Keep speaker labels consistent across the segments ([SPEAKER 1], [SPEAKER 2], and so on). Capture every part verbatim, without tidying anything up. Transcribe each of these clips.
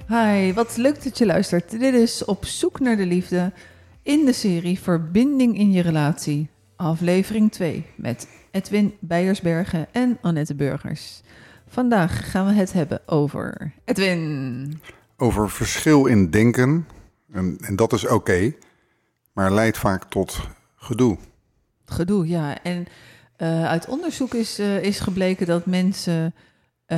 [SPEAKER 1] Hi, wat leuk dat je luistert. Dit is Op zoek naar de liefde in de serie Verbinding in je relatie. Aflevering twee met Edwin Beiersbergen en Annette Burgers. Vandaag gaan we het hebben over Edwin.
[SPEAKER 2] Over verschil in denken. En, en dat is oké, okay, maar leidt vaak tot gedoe.
[SPEAKER 1] Gedoe, ja. En uh, uit onderzoek is, uh, is gebleken dat mensen uh,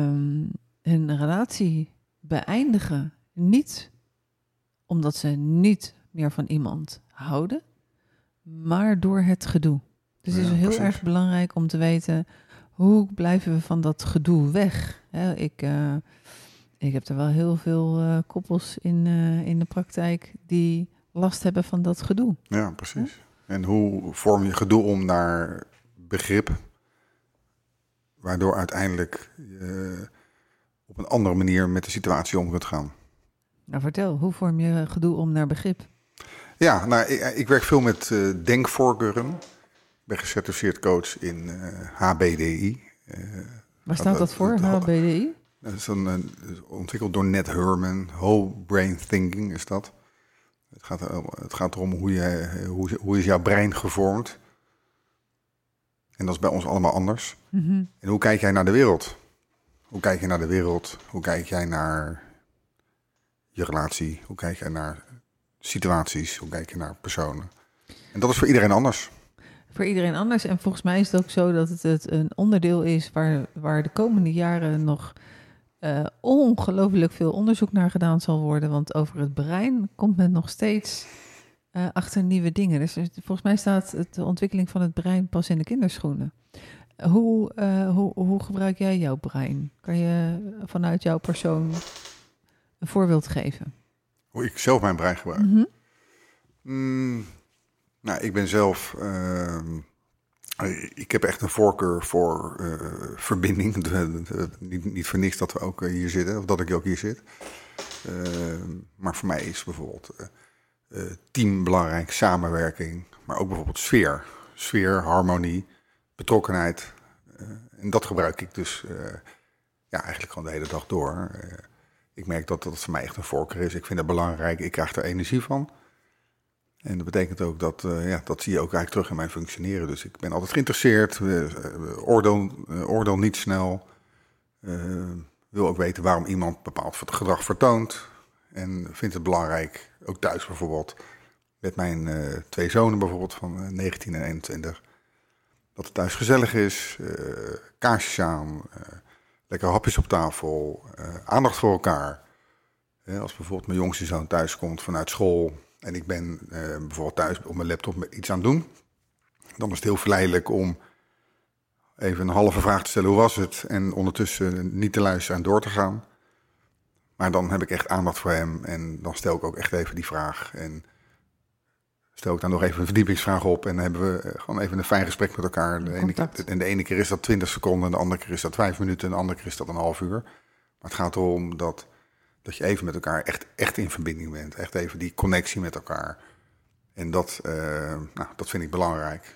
[SPEAKER 1] hun relatie beëindigen. Niet omdat ze niet meer van iemand houden, maar door het gedoe. Dus het is
[SPEAKER 2] Ja,
[SPEAKER 1] heel
[SPEAKER 2] precies.
[SPEAKER 1] erg belangrijk om te weten, hoe blijven we van dat gedoe weg? Hè, ik, uh, ik heb er wel heel veel uh, koppels in, uh, in de praktijk die last hebben van dat gedoe.
[SPEAKER 2] Ja, precies. Hè? En hoe vorm je gedoe om naar begrip, waardoor uiteindelijk je op een andere manier met de situatie om kunt gaan?
[SPEAKER 1] Nou, vertel, hoe vorm je gedoe om naar begrip?
[SPEAKER 2] Ja, nou, ik, ik werk veel met uh, denkvoorkeuren. Ik ben gecertificeerd coach in uh, H B D I. Uh,
[SPEAKER 1] Waar staat dat voor, H B D I?
[SPEAKER 2] Dat is een, een, ontwikkeld door Ned Herman. Whole Brain Thinking is dat. Het gaat, het gaat erom hoe, je, hoe, hoe is jouw brein gevormd. En dat is bij ons allemaal anders.
[SPEAKER 1] Mm-hmm.
[SPEAKER 2] En hoe kijk jij naar de wereld? Hoe kijk je naar de wereld? Hoe kijk jij naar je relatie? Hoe kijk jij naar situaties? Hoe kijk je naar personen? En dat is voor iedereen anders.
[SPEAKER 1] Voor iedereen anders. En volgens mij is het ook zo dat het, het een onderdeel is waar, waar de komende jaren nog uh, ongelooflijk veel onderzoek naar gedaan zal worden. Want over het brein komt men nog steeds uh, achter nieuwe dingen. Dus volgens mij staat het, de ontwikkeling van het brein pas in de kinderschoenen. Hoe, uh, hoe, hoe gebruik jij jouw brein? Kan je vanuit jouw persoon een voorbeeld geven?
[SPEAKER 2] Hoe ik zelf mijn brein gebruik?
[SPEAKER 1] Mm-hmm.
[SPEAKER 2] Mm, nou, ik ben zelf... Uh, ik heb echt een voorkeur voor uh, verbinding. De, de, niet, niet voor niks dat we ook hier zitten, of dat ik ook hier zit. Uh, maar voor mij is bijvoorbeeld uh, uh, team belangrijk, samenwerking. Maar ook bijvoorbeeld sfeer. Sfeer, harmonie, betrokkenheid. Uh, en dat gebruik ik dus uh, ja, eigenlijk gewoon de hele dag door. Uh, ik merk dat dat voor mij echt een voorkeur is. Ik vind dat belangrijk. Ik krijg er energie van. En dat betekent ook dat, uh, ja, dat zie je ook eigenlijk terug in mijn functioneren. Dus ik ben altijd geïnteresseerd, uh, uh, oordeel, uh, oordeel niet snel. Uh, wil ook weten waarom iemand bepaald gedrag vertoont. En vind het belangrijk, ook thuis bijvoorbeeld, met mijn uh, twee zonen bijvoorbeeld van uh, negentien en eenentwintig. Dat het thuis gezellig is, uh, kaarsjes aan, uh, lekker hapjes op tafel, uh, aandacht voor elkaar. Uh, als bijvoorbeeld mijn jongste zoon thuis komt vanuit school en ik ben uh, bijvoorbeeld thuis op mijn laptop iets aan het doen, dan is het heel verleidelijk om even een halve vraag te stellen, hoe was het? En ondertussen niet te luisteren en door te gaan. Maar dan heb ik echt aandacht voor hem en dan stel ik ook echt even die vraag. En stel ik dan nog even een verdiepingsvraag op en dan hebben we gewoon even een fijn gesprek met elkaar. De ene keer, en de ene keer is dat twintig seconden, en de andere keer is dat vijf minuten en de andere keer is dat een half uur. Maar het gaat erom dat, dat je even met elkaar echt, echt in verbinding bent. Echt even die connectie met elkaar. En dat, uh, nou, dat vind ik belangrijk.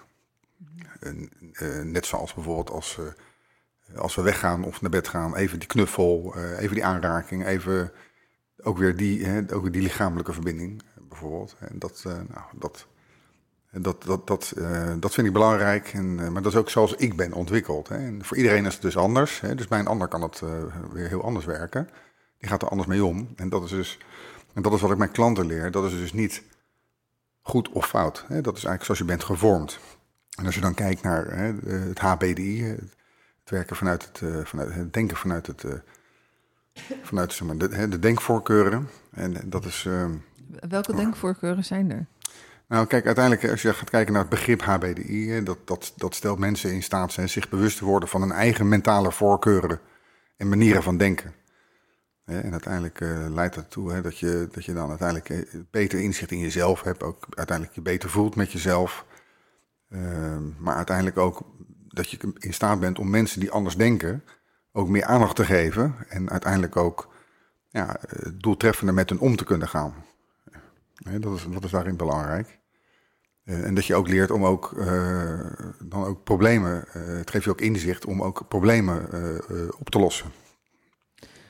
[SPEAKER 2] Uh, uh, net zoals bijvoorbeeld als, uh, als we weggaan of naar bed gaan, even die knuffel, uh, even die aanraking, even ook weer die, hè, ook weer die lichamelijke verbinding bijvoorbeeld. En dat, uh, nou, dat, dat, dat, dat, uh, dat vind ik belangrijk. En, uh, maar dat is ook zoals ik ben ontwikkeld. Hè. En voor iedereen is het dus anders. Hè. Dus bij een ander kan het uh, weer heel anders werken. Die gaat er anders mee om. En dat is dus, en dat is wat ik mijn klanten leer. Dat is dus niet goed of fout. Hè. Dat is eigenlijk zoals je bent gevormd. En als je dan kijkt naar hè, het H B D I, het werken vanuit het, uh, vanuit het denken vanuit het, uh, vanuit zeg maar, de, de denkvoorkeuren. En dat is. Uh,
[SPEAKER 1] Welke oh. denkvoorkeuren zijn er?
[SPEAKER 2] Nou, kijk, uiteindelijk, als je gaat kijken naar het begrip H B D I, dat, dat, dat stelt mensen in staat zijn zich bewust te worden van hun eigen mentale voorkeuren en manieren van denken. En uiteindelijk uh, leidt dat toe hè, dat, je, dat je dan uiteindelijk beter inzicht in jezelf hebt, ook uiteindelijk je beter voelt met jezelf. Uh, maar uiteindelijk ook dat je in staat bent om mensen die anders denken ook meer aandacht te geven en uiteindelijk ook ja, doeltreffender met hen om te kunnen gaan. Nee, dat, is, dat is daarin belangrijk. Uh, en dat je ook leert om ook, uh, dan ook problemen, uh, het geeft je ook inzicht om ook problemen uh, uh, op te lossen.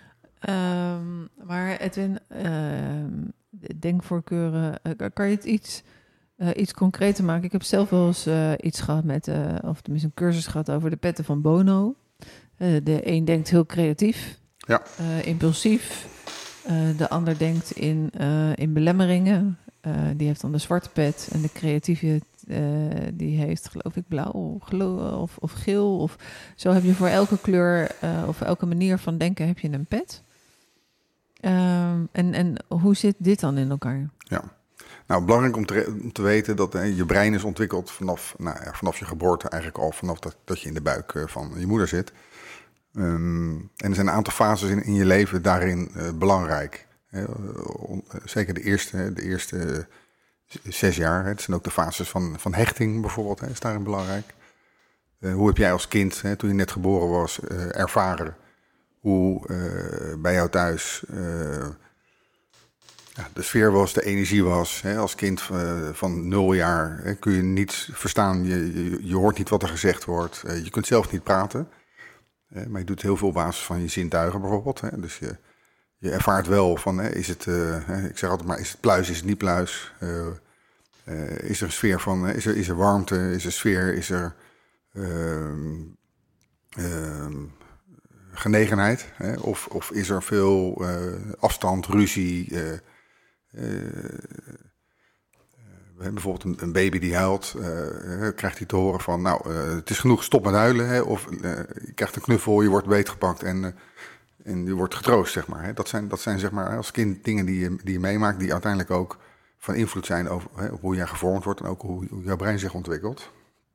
[SPEAKER 1] Um, maar Edwin, uh, denkvoorkeuren, uh, kan je het iets, uh, iets concreter maken? Ik heb zelf wel eens uh, iets gehad met, uh, of tenminste een cursus gehad over de petten van Bono. Uh, de een denkt heel creatief,
[SPEAKER 2] ja.
[SPEAKER 1] uh, impulsief. Uh, de ander denkt in, uh, in belemmeringen. Uh, die heeft dan de zwarte pet en de creatieve uh, die heeft geloof ik blauw geloof, of, of geel. Of, zo heb je voor elke kleur uh, of voor elke manier van denken heb je een pet. Um, en, en hoe zit dit dan in elkaar?
[SPEAKER 2] Ja, nou belangrijk om te, om te weten dat hè, je brein is ontwikkeld vanaf, nou ja, vanaf je geboorte, eigenlijk al vanaf dat, dat je in de buik uh, van je moeder zit. Um, en er zijn een aantal fases in, in je leven daarin uh, belangrijk. Hè, on, zeker de eerste, de eerste uh, zes jaar. Hè, het zijn ook de fases van, van hechting bijvoorbeeld, hè, is daarin belangrijk. Uh, hoe heb jij als kind, hè, toen je net geboren was, uh, ervaren hoe uh, bij jou thuis uh, ja, de sfeer was, de energie was. Hè, als kind uh, van nul jaar hè, kun je niets verstaan, je, je, je hoort niet wat er gezegd wordt. Uh, je kunt zelf niet praten. Uh, maar je doet heel veel op basis van je zintuigen bijvoorbeeld. Hè, dus je, je ervaart wel van, hè, is het, uh, ik zeg altijd maar, is het pluis, is het niet pluis? Uh, uh, is er een sfeer van, uh, is, er, is er warmte, is er sfeer, is er uh, uh, genegenheid? Hè? Of, of is er veel uh, afstand, ruzie? Uh, uh, We hebben bijvoorbeeld een, een baby die huilt, uh, krijgt hij te horen van, nou, uh, het is genoeg, stop met huilen. Hè? Of uh, je krijgt een knuffel, je wordt beetgepakt en, uh, en je wordt getroost, zeg maar. Hè? Dat zijn, dat zijn zeg maar als kind dingen die je, die je meemaakt, die uiteindelijk ook van invloed zijn over, hè, op hoe jij gevormd wordt en ook hoe, hoe jouw brein zich ontwikkelt.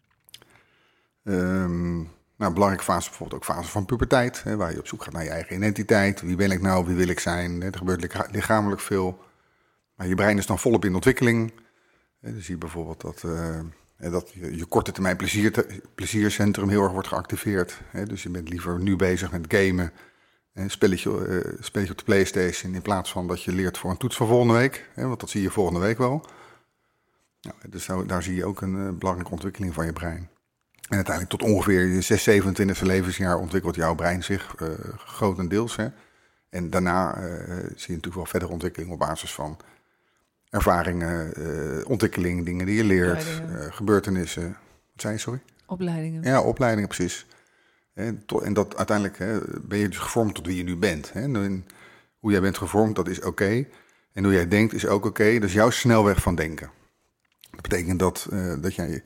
[SPEAKER 2] Um, nou, een belangrijke fase bijvoorbeeld ook fase van puberteit, hè, waar je op zoek gaat naar je eigen identiteit. Wie ben ik nou, wie wil ik zijn? Hè? Er gebeurt lichamelijk veel, maar je brein is dan volop in ontwikkeling. En dan zie je bijvoorbeeld dat, uh, dat je, je korte termijn plezier te, pleziercentrum heel erg wordt geactiveerd. Hè? Dus je bent liever nu bezig met gamen, een spelletje, uh, spelletje op de PlayStation, in plaats van dat je leert voor een toets van volgende week. Hè? Want dat zie je volgende week wel. Nou, dus daar, daar zie je ook een uh, belangrijke ontwikkeling van je brein. En uiteindelijk tot ongeveer je zes, zevenentwintigste levensjaar ontwikkelt jouw brein zich uh, grotendeels. Hè? En daarna uh, zie je natuurlijk wel verdere ontwikkeling op basis van ervaringen, uh, ontwikkeling, dingen die je leert, uh, gebeurtenissen. Wat zei je, sorry?
[SPEAKER 1] Opleidingen.
[SPEAKER 2] Ja, opleidingen, precies. En, to, en dat uiteindelijk hè, ben je dus gevormd tot wie je nu bent. Hè? En hoe jij bent gevormd, dat is oké. Okay. En hoe jij denkt is ook oké. Okay. Dat is jouw snelweg van denken. Dat betekent dat, uh, dat jij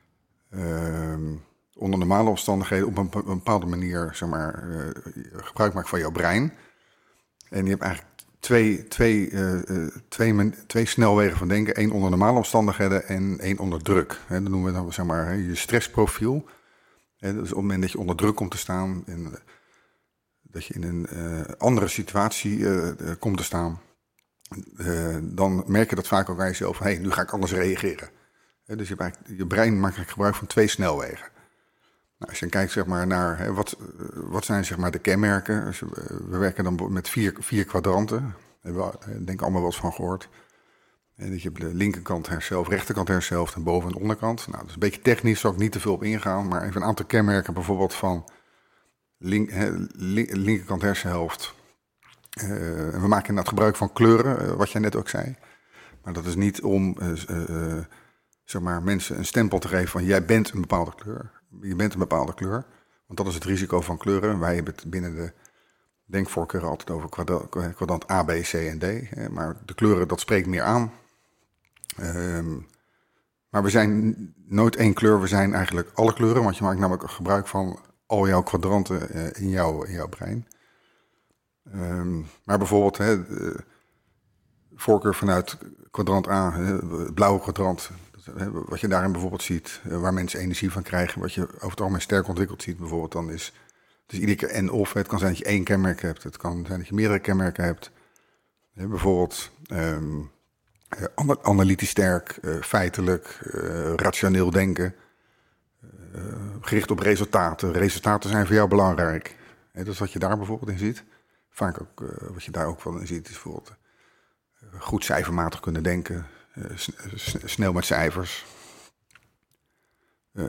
[SPEAKER 2] uh, onder normale omstandigheden op een, een bepaalde manier zeg maar, uh, gebruik maakt van jouw brein. En je hebt eigenlijk Twee, twee, uh, twee, twee snelwegen van denken. Eén onder normale omstandigheden en één onder druk. He, dat noemen we dan zeg maar, he, je stressprofiel. He, dus op het moment dat je onder druk komt te staan en uh, dat je in een uh, andere situatie uh, uh, komt te staan, uh, dan merk je dat vaak ook bij jezelf. Hé, hey, nu ga ik anders reageren. He, dus je, je brein maakt eigenlijk gebruik van twee snelwegen. Nou, als je kijkt zeg maar, naar hè, wat, wat zijn zeg maar, de kenmerken. Dus, uh, we werken dan met vier, vier kwadranten. Daar hebben we denk ik allemaal wel eens van gehoord. En dat je op de linkerkant hersenhelft, rechterkant hersenhelft en boven- en onderkant. Nou, dat is een beetje technisch, zal ik niet te veel op ingaan. Maar even een aantal kenmerken bijvoorbeeld van link, hè, link, linkerkant hersenhelft. Uh, en we maken inderdaad gebruik van kleuren, uh, wat jij net ook zei. Maar dat is niet om uh, uh, zeg maar, mensen een stempel te geven van jij bent een bepaalde kleur. Je bent een bepaalde kleur, want dat is het risico van kleuren. Wij hebben het binnen de denkvoorkeuren altijd over kwadrant A, B, C en D. Maar de kleuren, dat spreekt meer aan. Um, maar we zijn nooit één kleur, we zijn eigenlijk alle kleuren. Want je maakt namelijk gebruik van al jouw kwadranten uh, in, jouw, in jouw brein. Um, maar bijvoorbeeld, hè, de voorkeur vanuit kwadrant A, het blauwe kwadrant. Wat je daarin bijvoorbeeld ziet, waar mensen energie van krijgen, wat je over het algemeen sterk ontwikkeld ziet bijvoorbeeld, dan is het is iedere keer en of. Het kan zijn dat je één kenmerk hebt, het kan zijn dat je meerdere kenmerken hebt. Bijvoorbeeld um, analytisch sterk, uh, feitelijk, uh, rationeel denken, uh, gericht op resultaten. Resultaten zijn voor jou belangrijk. Dat is wat je daar bijvoorbeeld in ziet. Vaak ook, uh, wat je daar ook wel in ziet, is bijvoorbeeld uh, goed cijfermatig kunnen denken. Uh, snel met cijfers.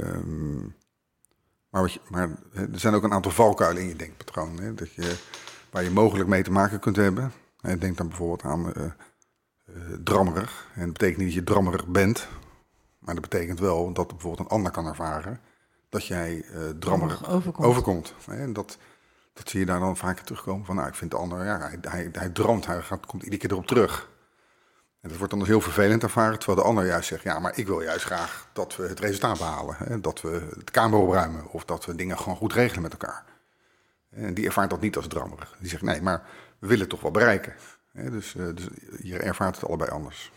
[SPEAKER 2] Um, maar, wat je, maar er zijn ook een aantal valkuilen in je denkpatroon. Hè? Dat je waar je mogelijk mee te maken kunt hebben. Hè, denk dan bijvoorbeeld aan uh, uh, drammerig. En dat betekent niet dat je drammerig bent, maar dat betekent wel dat bijvoorbeeld een ander kan ervaren dat jij uh, drammerig overkomt. overkomt. En dat, dat zie je daar dan vaker terugkomen van, nou, ik vind de ander, ja, hij, hij, hij dramt, hij gaat, komt iedere keer erop terug. En dat wordt dan dus heel vervelend ervaren, terwijl de ander juist zegt, ja, maar ik wil juist graag dat we het resultaat behalen. Hè? Dat we de kamer opruimen of dat we dingen gewoon goed regelen met elkaar. En die ervaart dat niet als drammerig. Die zegt, nee, maar we willen het toch wel bereiken. Hè? Dus, uh, dus je ervaart het allebei anders.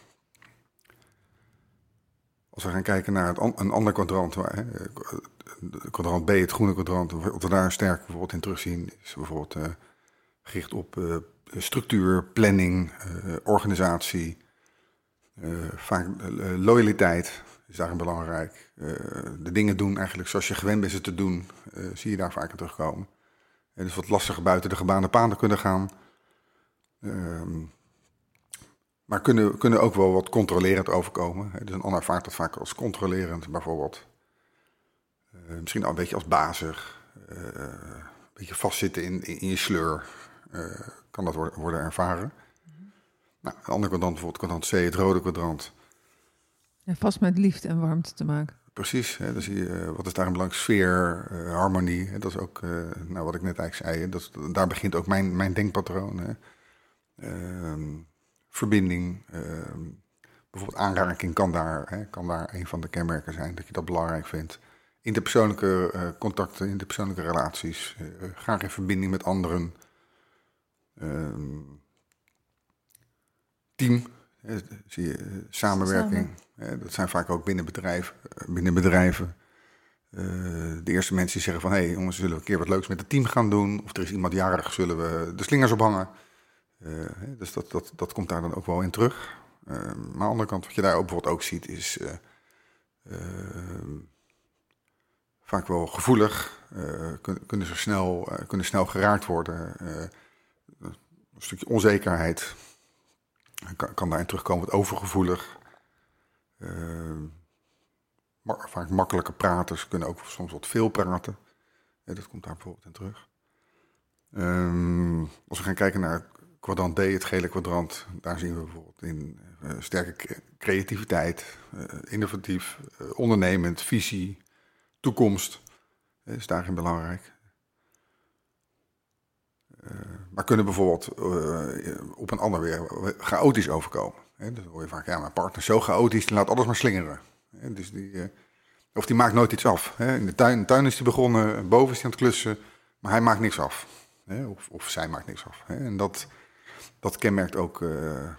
[SPEAKER 2] Als we gaan kijken naar het an- een ander kwadrant, hè, kwadrant B, het groene kwadrant, wat we daar sterk bijvoorbeeld in terugzien, is bijvoorbeeld uh, gericht op uh, structuur, planning, uh, organisatie, uh, vaak uh, loyaliteit is daarin belangrijk. Uh, de dingen doen eigenlijk zoals je gewend bent ze te doen, uh, zie je daar vaak in terugkomen. Uh, dus wat lastiger buiten de gebaande paden kunnen gaan. Uh, Maar kunnen, kunnen ook wel wat controlerend overkomen. Dus een ander ervaart dat vaak als controlerend, bijvoorbeeld. Uh, misschien al een beetje als bazig. Uh, een beetje vastzitten in, in, in je sleur. Uh, kan dat worden, worden ervaren. Mm-hmm. Nou, een ander kwadrant, bijvoorbeeld kwadrant C, het rode kwadrant.
[SPEAKER 1] Ja, vast met liefde en warmte te maken.
[SPEAKER 2] Precies. Hè, dan zie je, uh, wat is daar een belangrijk? Sfeer, uh, harmonie. Hè, dat is ook, uh, nou, wat ik net eigenlijk zei. Dat, daar begint ook mijn, mijn denkpatroon. Hè. Uh, Verbinding, uh, bijvoorbeeld aanraking kan daar, hè, kan daar een van de kenmerken zijn, dat je dat belangrijk vindt. Interpersoonlijke uh, contacten, interpersoonlijke relaties, uh, graag in verbinding met anderen. Uh, team, hè, zie je, uh, samenwerking. Hè, dat zijn vaak ook binnen bedrijven. Uh, binnen bedrijven. Uh, de eerste mensen die zeggen van, hé hey, jongens, zullen we een keer wat leuks met het team gaan doen? Of er is iemand jarig, zullen we de slingers ophangen? Uh, dus dat, dat, dat komt daar dan ook wel in terug. Uh, maar aan de andere kant, wat je daar ook bijvoorbeeld ook ziet, is uh, uh, vaak wel gevoelig. Uh, kun, kunnen ze snel, uh, kunnen snel geraakt worden. Uh, een stukje onzekerheid kan, kan daarin terugkomen, wat overgevoelig. Uh, ma- vaak makkelijke praters kunnen ook soms wat veel praten. Uh, dat komt daar bijvoorbeeld in terug. Um, als we gaan kijken naar kwadrant D, het gele kwadrant, daar zien we bijvoorbeeld in uh, sterke creativiteit, uh, innovatief, uh, ondernemend, visie, toekomst, uh, is daarin belangrijk. Uh, maar kunnen bijvoorbeeld uh, op een ander weer chaotisch overkomen. Hè? Dus dan hoor je vaak, ja, mijn partner is zo chaotisch, die laat alles maar slingeren. Hè? Dus die, uh, of die maakt nooit iets af. Hè? In de tuin, in de tuin is hij begonnen, boven is hij aan het klussen, maar hij maakt niks af. Hè? Of, of zij maakt niks af. Hè? En dat... Dat kenmerkt ook uh,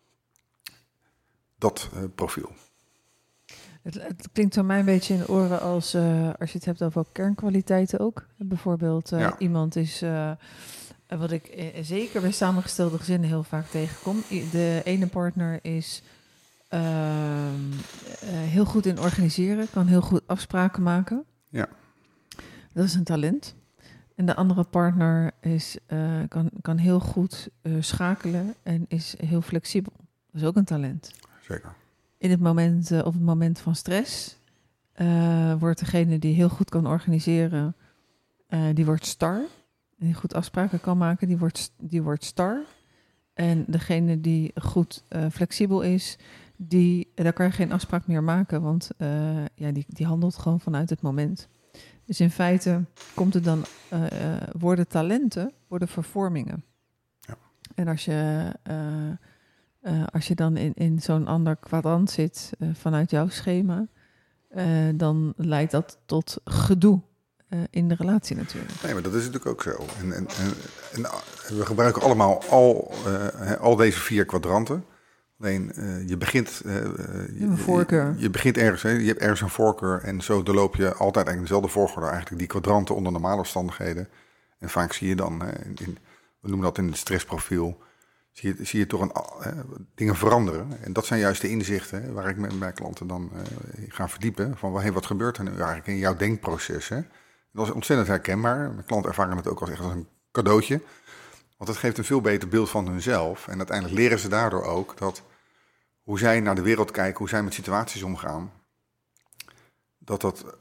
[SPEAKER 2] dat uh, profiel.
[SPEAKER 1] Het, het klinkt voor mij een beetje in de oren als uh, als je het hebt over kernkwaliteiten ook. Bijvoorbeeld uh, ja. iemand is, uh, wat ik uh, zeker bij samengestelde gezinnen heel vaak tegenkom. De ene partner is uh, uh, heel goed in organiseren, kan heel goed afspraken maken.
[SPEAKER 2] Ja.
[SPEAKER 1] Dat is een talent. En de andere partner is, uh, kan, kan heel goed uh, schakelen en is heel flexibel. Dat is ook een talent.
[SPEAKER 2] Zeker.
[SPEAKER 1] In het moment, uh, op het moment van stress uh, wordt degene die heel goed kan organiseren, uh, die wordt star. En die goed afspraken kan maken, die wordt, die wordt star. En degene die goed uh, flexibel is, die, daar kan je geen afspraak meer maken, want uh, ja, die, die handelt gewoon vanuit het moment. Dus in feite komt het dan, uh, uh, worden talenten, worden vervormingen.
[SPEAKER 2] Ja.
[SPEAKER 1] En als je, uh, uh, als je dan in, in zo'n ander kwadrant zit uh, vanuit jouw schema, uh, dan leidt dat tot gedoe uh, in de relatie natuurlijk.
[SPEAKER 2] Nee, maar dat is natuurlijk ook zo. En, en, en, en we gebruiken allemaal al, uh, al deze vier kwadranten. Alleen uh, je begint. Uh, je,
[SPEAKER 1] een voorkeur.
[SPEAKER 2] Je, je begint ergens, hè, je hebt ergens een voorkeur. En zo doorloop je altijd eigenlijk dezelfde volgorde. Eigenlijk die kwadranten onder normale omstandigheden. En vaak zie je dan, hè, in, in, we noemen dat in het stressprofiel. Zie je, zie je toch een, hè, dingen veranderen. En dat zijn juist de inzichten, hè, waar ik met mijn klanten dan uh, ga verdiepen. Van hey, wat gebeurt er nu eigenlijk in jouw denkproces? Hè? Dat is ontzettend herkenbaar. Mijn klanten ervaren het ook als echt als een cadeautje. Want het geeft een veel beter beeld van hunzelf. En uiteindelijk leren ze daardoor ook dat hoe zij naar de wereld kijken, hoe zij met situaties omgaan, dat dat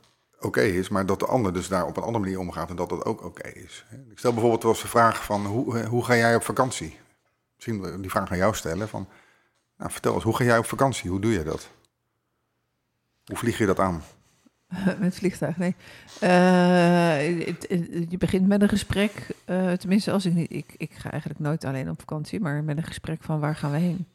[SPEAKER 2] oké is, maar dat de ander dus daar op een andere manier omgaat en dat dat ook oké is. Ik stel bijvoorbeeld wel eens de vraag van, hoe, hoe ga jij op vakantie? Misschien die vraag aan jou stellen van, nou, vertel eens, hoe ga jij op vakantie? Hoe doe je dat? Hoe vlieg je dat aan?
[SPEAKER 1] Met vliegtuig, nee. Uh, het, het, je begint met een gesprek, uh, tenminste als ik niet, ik, ik ga eigenlijk nooit alleen op vakantie, maar met een gesprek van waar gaan we heen?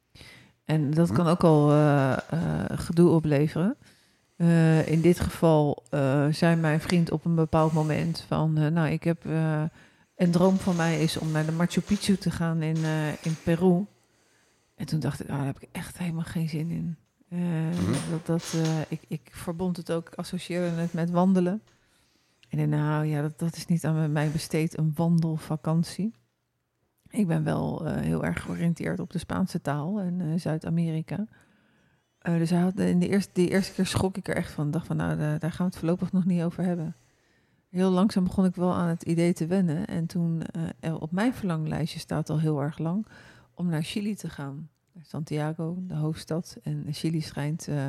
[SPEAKER 1] En dat hm. kan ook al uh, uh, gedoe opleveren. Uh, in dit geval uh, zei mijn vriend op een bepaald moment van, uh, nou, ik heb uh, een droom van mij is om naar de Machu Picchu te gaan in, uh, in Peru. En toen dacht ik, ah, daar heb ik echt helemaal geen zin in. Uh, mm-hmm. dat, dat, uh, ik, ik verbond het ook, associeerde het met wandelen. En dan, nou ja, dat, dat is niet aan mij besteed, een wandelvakantie. Ik ben wel uh, heel erg georiënteerd op de Spaanse taal en uh, Zuid-Amerika. Uh, dus hij had, in de eerste, die eerste keer schrok ik er echt van. Dacht van, nou, daar, daar gaan we het voorlopig nog niet over hebben. Heel langzaam begon ik wel aan het idee te wennen. En toen, uh, er op mijn verlanglijstje staat al heel erg lang, om naar Chili te gaan. Santiago, de hoofdstad. En Chili schijnt uh, uh,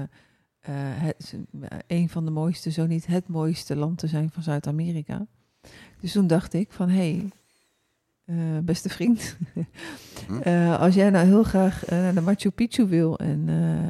[SPEAKER 1] het, uh, een van de mooiste, zo niet het mooiste land te zijn van Zuid-Amerika. Dus toen dacht ik van, hé, hey, uh, beste vriend, uh, als jij nou heel graag uh, naar de Machu Picchu wil en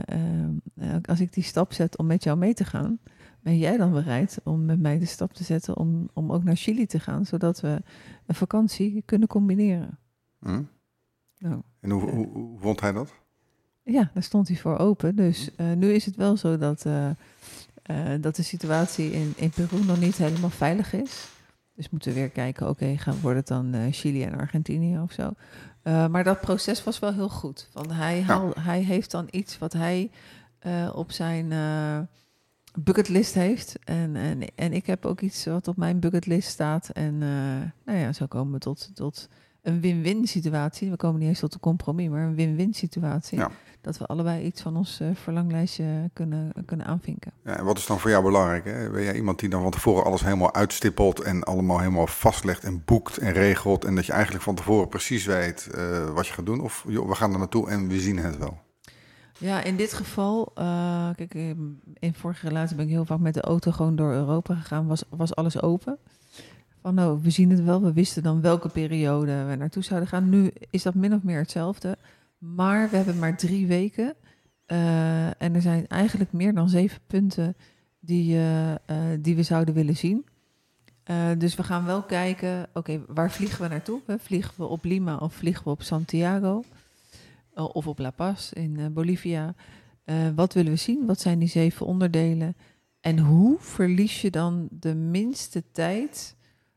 [SPEAKER 1] uh, uh, als ik die stap zet om met jou mee te gaan, ben jij dan bereid om met mij de stap te zetten om, om ook naar Chili te gaan, zodat we een vakantie kunnen combineren?
[SPEAKER 2] Hm? Nou, en hoe, hoe, hoe vond hij dat?
[SPEAKER 1] Ja, daar stond hij voor open. Dus uh, nu is het wel zo dat, uh, uh, dat de situatie in, in Peru nog niet helemaal veilig is. Dus moeten we weer kijken, oké, okay, gaan wordt het dan uh, Chili en Argentinië of zo. Uh, maar dat proces was wel heel goed. Want hij, ja. haal, hij heeft dan iets wat hij uh, op zijn uh, bucketlist heeft. En, en, en ik heb ook iets wat op mijn bucketlist staat. En uh, nou ja, zo komen we tot... tot een win-win situatie. We komen niet eens tot een compromis, maar een win-win situatie. Ja. Dat we allebei iets van ons uh, verlanglijstje kunnen, kunnen aanvinken.
[SPEAKER 2] Ja, en wat is dan voor jou belangrijk? Hè? Ben jij iemand die dan van tevoren alles helemaal uitstippelt en allemaal helemaal vastlegt en boekt en regelt en dat je eigenlijk van tevoren precies weet uh, wat je gaat doen? Of joh, we gaan er naartoe en we zien het wel?
[SPEAKER 1] Ja, in dit geval, uh, kijk, in vorige relatie ben ik heel vaak met de auto gewoon door Europa gegaan. Was, was alles open. Van nou, we zien het wel, we wisten dan welke periode we naartoe zouden gaan. Nu is dat min of meer hetzelfde. Maar we hebben maar drie weken. Uh, en er zijn eigenlijk meer dan zeven punten die, uh, uh, die we zouden willen zien. Uh, dus we gaan wel kijken, oké, okay, waar vliegen we naartoe? Hè? Vliegen we op Lima of vliegen we op Santiago? Uh, of op La Paz in uh, Bolivia? Uh, wat willen we zien? Wat zijn die zeven onderdelen? En hoe verlies je dan de minste tijd...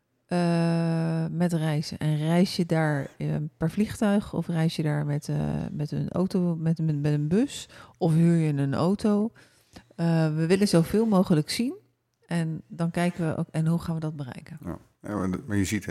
[SPEAKER 1] Uh, met reizen. En reis je daar uh, per vliegtuig of reis je daar met, uh, met een auto, met, met, met een bus of huur je een auto? Uh, we willen zoveel mogelijk zien en dan kijken we ook, en hoe gaan we dat bereiken?
[SPEAKER 2] Ja, ja, maar je ziet, hè,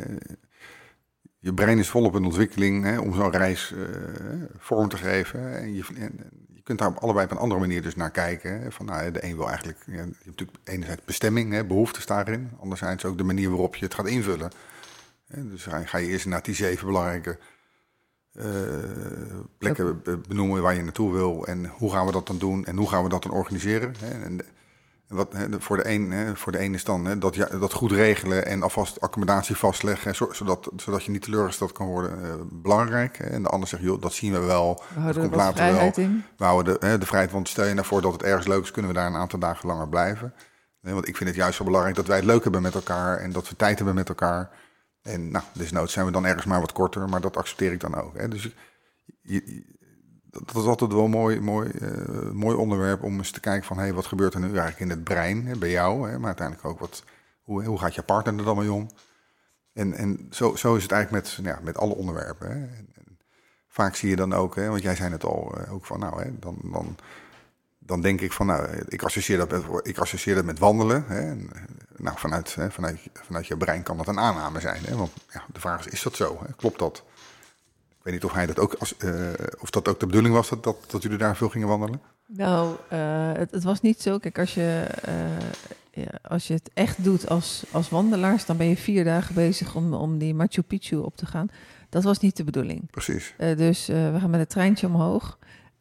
[SPEAKER 2] je brein is volop in ontwikkeling hè, om zo'n reis uh, vorm te geven. En je, en, je kunt daar op allebei op een andere manier dus naar kijken. Hè, van, nou, de een wil eigenlijk, ja, je hebt natuurlijk enerzijds bestemming, hè, behoeftes daarin. Anderzijds ook de manier waarop je het gaat invullen. Hè, dus ga, ga je eerst naar die zeven belangrijke uh, plekken benoemen waar je naartoe wil. En hoe gaan we dat dan doen en hoe gaan we dat dan organiseren. Hè, en, Wat, hè, voor, de een, hè, voor de een is dan hè, dat, ja, dat goed regelen en alvast accommodatie vastleggen, hè, zodat, zodat je niet teleurgesteld kan worden, uh, belangrijk. Hè. En de ander zegt, joh, dat zien we wel,
[SPEAKER 1] we
[SPEAKER 2] dat komt later wel. In. We houden de, hè, de vrijheid, want stel je nou voor dat het ergens leuk is, kunnen we daar een aantal dagen langer blijven. Nee, want ik vind het juist zo belangrijk dat wij het leuk hebben met elkaar en dat we tijd hebben met elkaar. En nou, desnoods zijn we dan ergens maar wat korter, maar dat accepteer ik dan ook. Hè. Dus je, je, dat is altijd wel een mooi, mooi, uh, mooi onderwerp om eens te kijken van... hé, hey, wat gebeurt er nu eigenlijk in het brein hè, bij jou? Hè, maar uiteindelijk ook, wat, hoe, hoe gaat je partner er dan mee om? En, en zo, zo is het eigenlijk met, nou ja, met alle onderwerpen. Hè. En, en vaak zie je dan ook, hè, want jij zei het al, uh, ook van... nou, hè, dan, dan, dan denk ik van, nou, ik associeer dat met, ik associeer dat met wandelen. Hè, en, nou, vanuit, hè, vanuit, vanuit je brein kan dat een aanname zijn. Hè, want ja, de vraag is, is dat zo? Hè? Klopt dat? Ik weet niet of hij dat ook als, uh, of dat ook de bedoeling was dat, dat, dat jullie daar veel gingen wandelen?
[SPEAKER 1] Nou, uh, het, het was niet zo. Kijk, als je, uh, ja, als je het echt doet als, als wandelaars, dan ben je vier dagen bezig om, om die Machu Picchu op te gaan. Dat was niet de bedoeling.
[SPEAKER 2] Precies.
[SPEAKER 1] Uh, dus uh, we gaan met het treintje omhoog.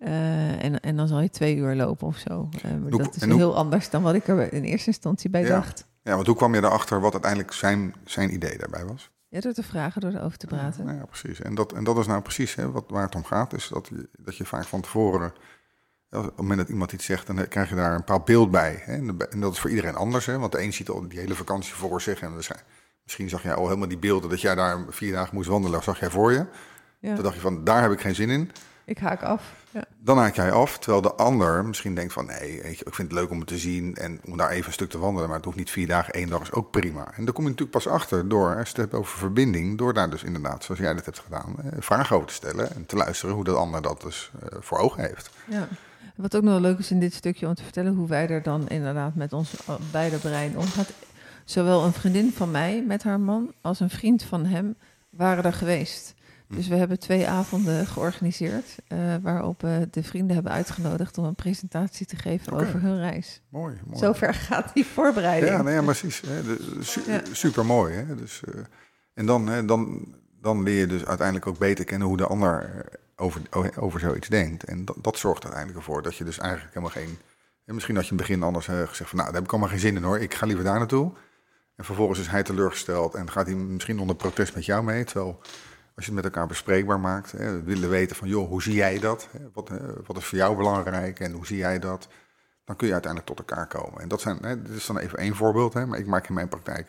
[SPEAKER 1] Uh, en, en dan zal je twee uur lopen of zo. Uh,
[SPEAKER 2] hoe,
[SPEAKER 1] dat is
[SPEAKER 2] hoe,
[SPEAKER 1] heel anders dan wat ik er in eerste instantie bij
[SPEAKER 2] ja,
[SPEAKER 1] dacht.
[SPEAKER 2] Ja, want hoe kwam je erachter wat uiteindelijk zijn, zijn idee daarbij was?
[SPEAKER 1] Ja, door te vragen, door erover te praten.
[SPEAKER 2] Ja, nou ja, precies. En dat, en dat is nou precies hè, wat, waar het om gaat. Is dat je, dat je vaak van tevoren, op het moment dat iemand iets zegt, dan krijg je daar een bepaald beeld bij. Hè? En dat is voor iedereen anders. Hè? Want de een ziet al die hele vakantie voor zich. En dus, misschien zag jij al helemaal die beelden dat jij daar vier dagen moest wandelen. Zag jij voor je. Ja. Toen dacht je van, daar heb ik geen zin in.
[SPEAKER 1] Ik haak af. Ja.
[SPEAKER 2] Dan haak jij af, terwijl de ander misschien denkt van... nee, weet je, ik vind het leuk om het te zien en om daar even een stuk te wandelen... maar het hoeft niet vier dagen, één dag is ook prima. En daar kom je natuurlijk pas achter door, als je het hebt over verbinding... door daar dus inderdaad, zoals jij dat hebt gedaan... Eh, vragen over te stellen en te luisteren hoe de ander dat dus uh, voor ogen heeft.
[SPEAKER 1] Ja. Wat ook nog leuk is in dit stukje om te vertellen... hoe wij er dan inderdaad met ons beide brein omgaan. Zowel een vriendin van mij met haar man als een vriend van hem waren er geweest... Dus we hebben twee avonden georganiseerd... Uh, waarop uh, de vrienden hebben uitgenodigd... om een presentatie te geven okay. over hun reis.
[SPEAKER 2] Mooi, mooi.
[SPEAKER 1] Zover gaat die voorbereiding.
[SPEAKER 2] Ja, nee, ja precies. Hè. De, su- ja. Super mooi. Hè. Dus, uh, en dan, hè, dan, dan leer je dus uiteindelijk ook beter kennen... hoe de ander over, over zoiets denkt. En dat, dat zorgt uiteindelijk ervoor dat je dus eigenlijk helemaal geen... En misschien had je in het begin anders uh, gezegd van... nou, daar heb ik allemaal geen zin in hoor. Ik ga liever daar naartoe. En vervolgens is hij teleurgesteld... en gaat hij misschien onder protest met jou mee... terwijl... Als je het met elkaar bespreekbaar maakt, hè, we willen weten van, joh, hoe zie jij dat? Hè, wat, hè, wat is voor jou belangrijk en hoe zie jij dat? Dan kun je uiteindelijk tot elkaar komen. En dat zijn, hè, dit is dan even één voorbeeld, hè, maar ik maak in mijn praktijk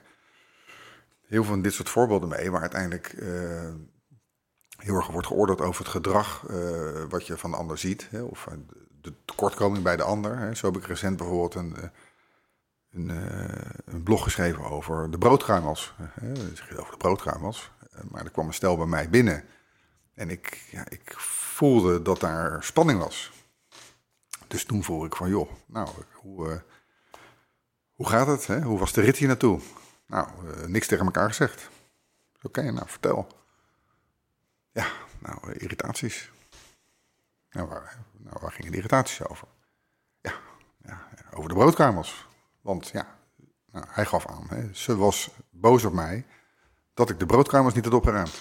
[SPEAKER 2] heel veel van dit soort voorbeelden mee, waar uiteindelijk uh, heel erg wordt geoordeeld over het gedrag uh, wat je van de ander ziet, hè, of uh, de tekortkoming bij de ander. Hè. Zo heb ik recent bijvoorbeeld een, een, uh, een blog geschreven over de broodkruimels. Hè, over de broodkruimels. Maar er kwam een stel bij mij binnen. En ik, ja, ik voelde dat daar spanning was. Dus toen voelde ik van, joh, nou, hoe, uh, hoe gaat het? Hè? Hoe was de rit hier naartoe? Nou, uh, niks tegen elkaar gezegd. Oké, okay, nou, vertel. Ja, nou, uh, irritaties. Nou waar, nou, waar gingen de irritaties over? Ja, ja over de broodkruimels. Want ja, nou, hij gaf aan, hè, ze was boos op mij... dat ik de broodkruimels niet had opgeruimd.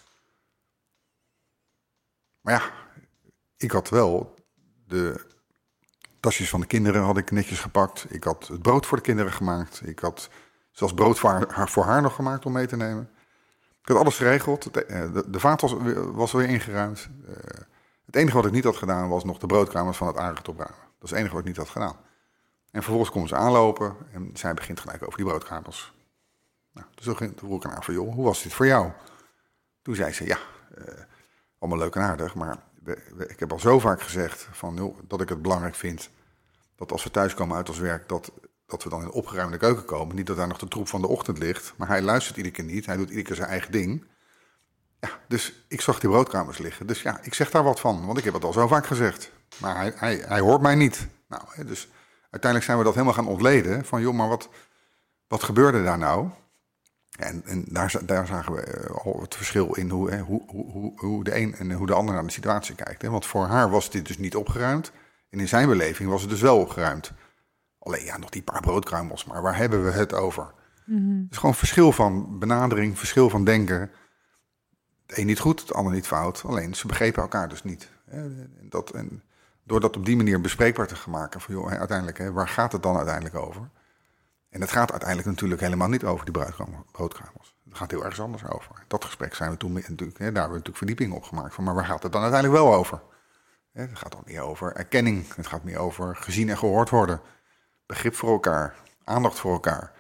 [SPEAKER 2] Maar ja, ik had wel de tasjes van de kinderen had ik netjes gepakt. Ik had het brood voor de kinderen gemaakt. Ik had zelfs brood voor haar, voor haar nog gemaakt om mee te nemen. Ik had alles geregeld. De, de vaat was, was weer ingeruimd. Het enige wat ik niet had gedaan was nog de broodkruimels van het aanrecht opruimen. Dat is het enige wat ik niet had gedaan. En vervolgens komen ze aanlopen en zij begint gelijk over die broodkruimels. Nou, dus toen vroeg ik aan haar van, joh, hoe was dit voor jou? Toen zei ze, ja, uh, allemaal leuk en aardig, maar we, we, ik heb al zo vaak gezegd van, joh, dat ik het belangrijk vind dat als we thuiskomen uit ons werk, dat, dat we dan in de opgeruimde keuken komen. Niet dat daar nog de troep van de ochtend ligt, maar hij luistert iedere keer niet, hij doet iedere keer zijn eigen ding. Ja, dus ik zag die broodkruimels liggen, dus ja, ik zeg daar wat van, want ik heb het al zo vaak gezegd. Maar hij, hij, hij hoort mij niet. Nou, hè, dus uiteindelijk zijn we dat helemaal gaan ontleden, van joh, maar wat, wat gebeurde daar nou? En, en daar, daar zagen we al het verschil in hoe, hè, hoe, hoe, hoe de een en hoe de ander naar de situatie kijkt. Hè. Want voor haar was dit dus niet opgeruimd. En in zijn beleving was het dus wel opgeruimd. Alleen ja, nog die paar broodkruimels, maar waar hebben we het over? Mm-hmm. Het is gewoon verschil van benadering, verschil van denken. Het een niet goed, het ander niet fout. Alleen ze begrepen elkaar dus niet. Hè. En dat, en door dat op die manier bespreekbaar te gaan maken, van joh, hè, uiteindelijk, hè, waar gaat het dan uiteindelijk over? En het gaat uiteindelijk natuurlijk helemaal niet over die broodkruimels. Het gaat heel ergens anders over. Dat gesprek zijn we toen natuurlijk, hè, daar hebben we natuurlijk verdieping op gemaakt van, maar waar gaat het dan uiteindelijk wel over? Hè, het gaat dan meer over erkenning. Het gaat meer over gezien en gehoord worden. Begrip voor elkaar. Aandacht voor elkaar.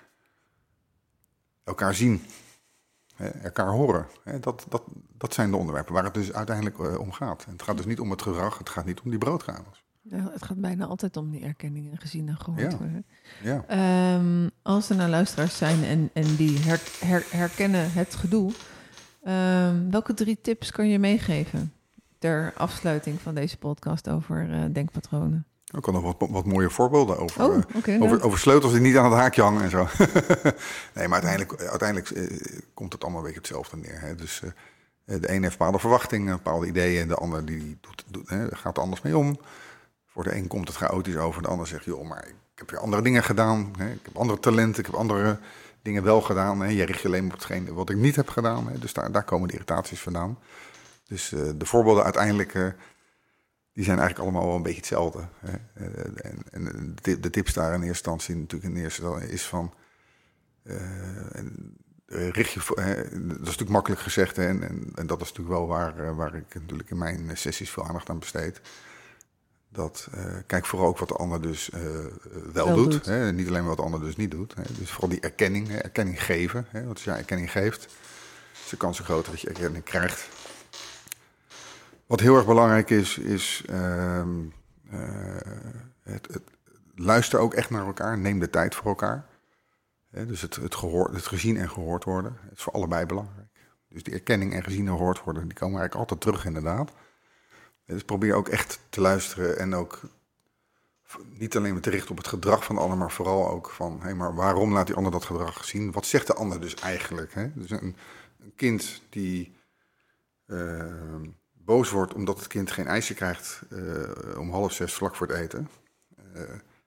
[SPEAKER 2] Elkaar zien. Hè, elkaar horen. Hè, dat, dat, dat zijn de onderwerpen waar het dus uiteindelijk uh, om gaat. En het gaat dus niet om het gedrag. Het gaat niet om die broodkruimels.
[SPEAKER 1] Ja, het gaat bijna altijd om die erkenning en gezien en gehoord
[SPEAKER 2] ja.
[SPEAKER 1] worden.
[SPEAKER 2] Ja.
[SPEAKER 1] Um, als er nou luisteraars zijn en, en die her, her, herkennen het gedoe, um, welke drie tips kan je meegeven ter afsluiting van deze podcast over uh, denkpatronen?
[SPEAKER 2] Ik kan nog wat, wat mooie voorbeelden over,
[SPEAKER 1] oh, okay,
[SPEAKER 2] uh, over,
[SPEAKER 1] nou.
[SPEAKER 2] over sleutels die niet aan het haakje hangen en zo. Nee, maar uiteindelijk, uiteindelijk uh, komt het allemaal een beetje hetzelfde neer. Hè? Dus uh, de een heeft bepaalde verwachtingen, bepaalde ideeën, de ander die doet, doet, hè, gaat er anders mee om. Voor de een komt het chaotisch over, de ander zegt, joh, maar ik heb weer andere dingen gedaan. Hè? Ik heb andere talenten, ik heb andere dingen wel gedaan. Hè? Jij richt je alleen op hetgeen wat ik niet heb gedaan. Hè? Dus daar, daar komen de irritaties vandaan. Dus uh, de voorbeelden uiteindelijk, uh, die zijn eigenlijk allemaal wel een beetje hetzelfde. Hè. En, en de, de tips daar in eerste instantie natuurlijk in eerste instantie is van... Uh, en, uh, richt je, uh, dat is natuurlijk makkelijk gezegd. Hè, en, en, en dat is natuurlijk wel waar, uh, waar ik natuurlijk in mijn sessies veel aandacht aan besteed. Dat, uh, kijk vooral ook wat de ander dus uh, wel, wel doet. doet. Hè, niet alleen wat de ander dus niet doet. Hè. Dus vooral die erkenning, hè, erkenning geven. Hè, want als jij erkenning geeft, is de kans zo groter dat je erkenning krijgt. Wat heel erg belangrijk is, is uh, uh, het, het luister ook echt naar elkaar. Neem de tijd voor elkaar. He, dus het, het, gehoor, het gezien en gehoord worden, het is voor allebei belangrijk. Dus die erkenning en gezien en gehoord worden, die komen eigenlijk altijd terug inderdaad. Dus probeer ook echt te luisteren en ook niet alleen maar te richten op het gedrag van de ander, maar vooral ook van, hé, maar waarom laat die ander dat gedrag zien? Wat zegt de ander dus eigenlijk? Hè? Dus een, een kind die uh, boos wordt omdat het kind geen ijsje krijgt uh, om half zes vlak voor het eten, uh,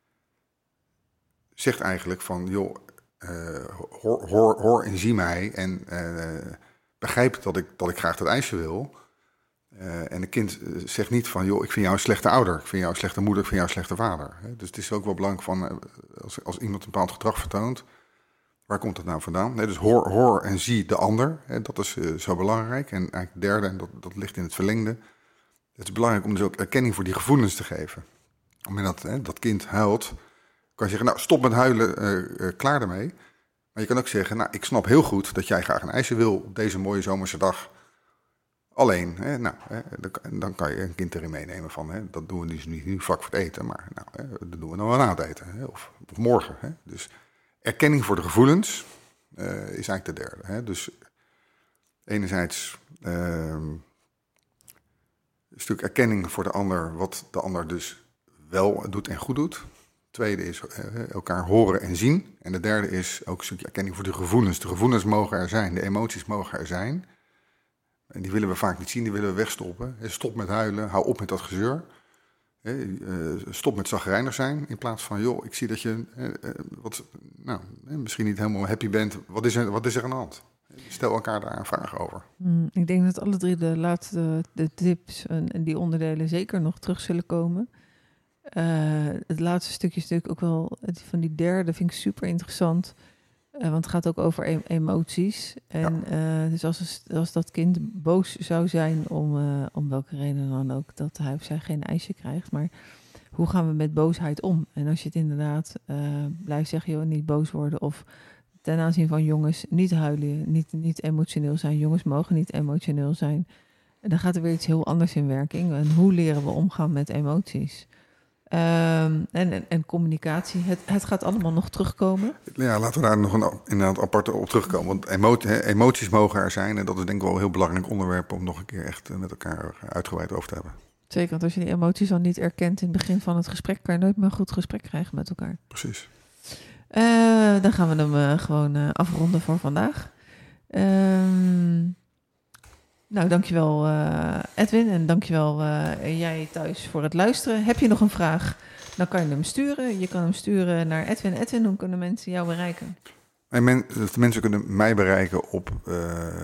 [SPEAKER 2] zegt eigenlijk van, joh, Uh, hoor, hoor, hoor en zie mij en uh, begrijp dat ik, dat ik graag dat ijsje wil. Uh, en het kind zegt niet van, joh, ik vind jou een slechte ouder, ik vind jou een slechte moeder, ik vind jou een slechte vader. Hè? Dus het is ook wel belangrijk van, uh, als, als iemand een bepaald gedrag vertoont, waar komt dat nou vandaan? Nee, dus hoor, hoor en zie de ander, hè? Dat is uh, zo belangrijk. En eigenlijk het derde, en dat, dat ligt in het verlengde, het is belangrijk om dus ook erkenning voor die gevoelens te geven. Op het moment dat hè, dat kind huilt, kan je zeggen, nou, stop met huilen, uh, uh, klaar daarmee. Maar je kan ook zeggen, nou, ik snap heel goed dat jij graag een ijsje wil op deze mooie zomerse dag. Alleen, hè, nou, hè, dan kan je een kind erin meenemen van, hè, dat doen we dus niet nu vlak voor het eten, maar nou, hè, dat doen we dan wel na het eten, hè, of, of morgen. Hè. Dus erkenning voor de gevoelens uh, is eigenlijk de derde. Hè. Dus enerzijds uh, een stuk erkenning voor de ander, wat de ander dus wel doet en goed doet. Tweede is uh, elkaar horen en zien. En de derde is ook een stukje erkenning voor de gevoelens. De gevoelens mogen er zijn, de emoties mogen er zijn. En die willen we vaak niet zien, die willen we wegstoppen. Stop met huilen, hou op met dat gezeur. Stop met chagrijnig zijn, in plaats van, joh, ik zie dat je uh, wat, nou, misschien niet helemaal happy bent. Wat is er, wat is er aan de hand? Stel elkaar daar een vraag over.
[SPEAKER 1] Mm, ik denk dat alle drie de laatste de tips en, en die onderdelen zeker nog terug zullen komen. Uh, het laatste stukje is natuurlijk ook wel, van die derde vind ik super interessant. Uh, want het gaat ook over e- emoties. En ja. uh, dus als, als dat kind boos zou zijn om, uh, om welke reden dan ook, dat hij of zij geen ijsje krijgt. Maar hoe gaan we met boosheid om? En als je het inderdaad uh, blijft zeggen, joh, niet boos worden. Of ten aanzien van jongens, niet huilen, niet, niet emotioneel zijn. Jongens mogen niet emotioneel zijn. En dan gaat er weer iets heel anders in werking. En hoe leren we omgaan met emoties? Um, en, en, en communicatie, het, het gaat allemaal nog terugkomen.
[SPEAKER 2] Ja, laten we daar nog een inderdaad apart op terugkomen. Want emotie, he, emoties mogen er zijn. En dat is denk ik wel een heel belangrijk onderwerp om nog een keer echt met elkaar uitgebreid over te hebben.
[SPEAKER 1] Zeker, want als je die emoties al niet erkent in het begin van het gesprek, kan je nooit meer een goed gesprek krijgen met elkaar.
[SPEAKER 2] Precies.
[SPEAKER 1] Uh, dan gaan we hem uh, gewoon uh, afronden voor vandaag. Um, Nou, dankjewel uh, Edwin en dankjewel uh, jij thuis voor het luisteren. Heb je nog een vraag, dan kan je hem sturen. Je kan hem sturen naar Edwin. Edwin, hoe kunnen mensen jou bereiken?
[SPEAKER 2] En men, de mensen kunnen mij bereiken op uh,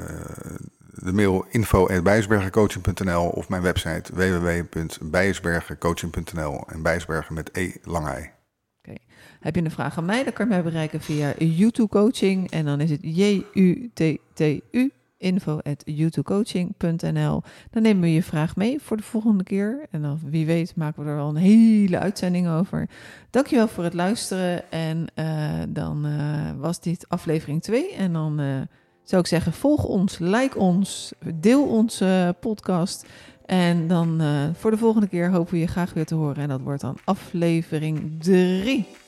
[SPEAKER 2] de mail info at bijesbergencoaching punt n l of mijn website w w w punt bijesbergencoaching punt n l en Bijesbergen met E lang I.
[SPEAKER 1] Okay. Heb je een vraag aan mij, dan kan je mij bereiken via YouTube Coaching en dan is het J U T T U. info at youtubecoaching punt n l. Dan nemen we je vraag mee voor de volgende keer. En dan, wie weet, maken we er wel een hele uitzending over. Dankjewel voor het luisteren. En uh, dan uh, was dit aflevering twee. En dan uh, zou ik zeggen, volg ons, like ons, deel onze podcast. En dan uh, voor de volgende keer hopen we je graag weer te horen. En dat wordt dan aflevering drie.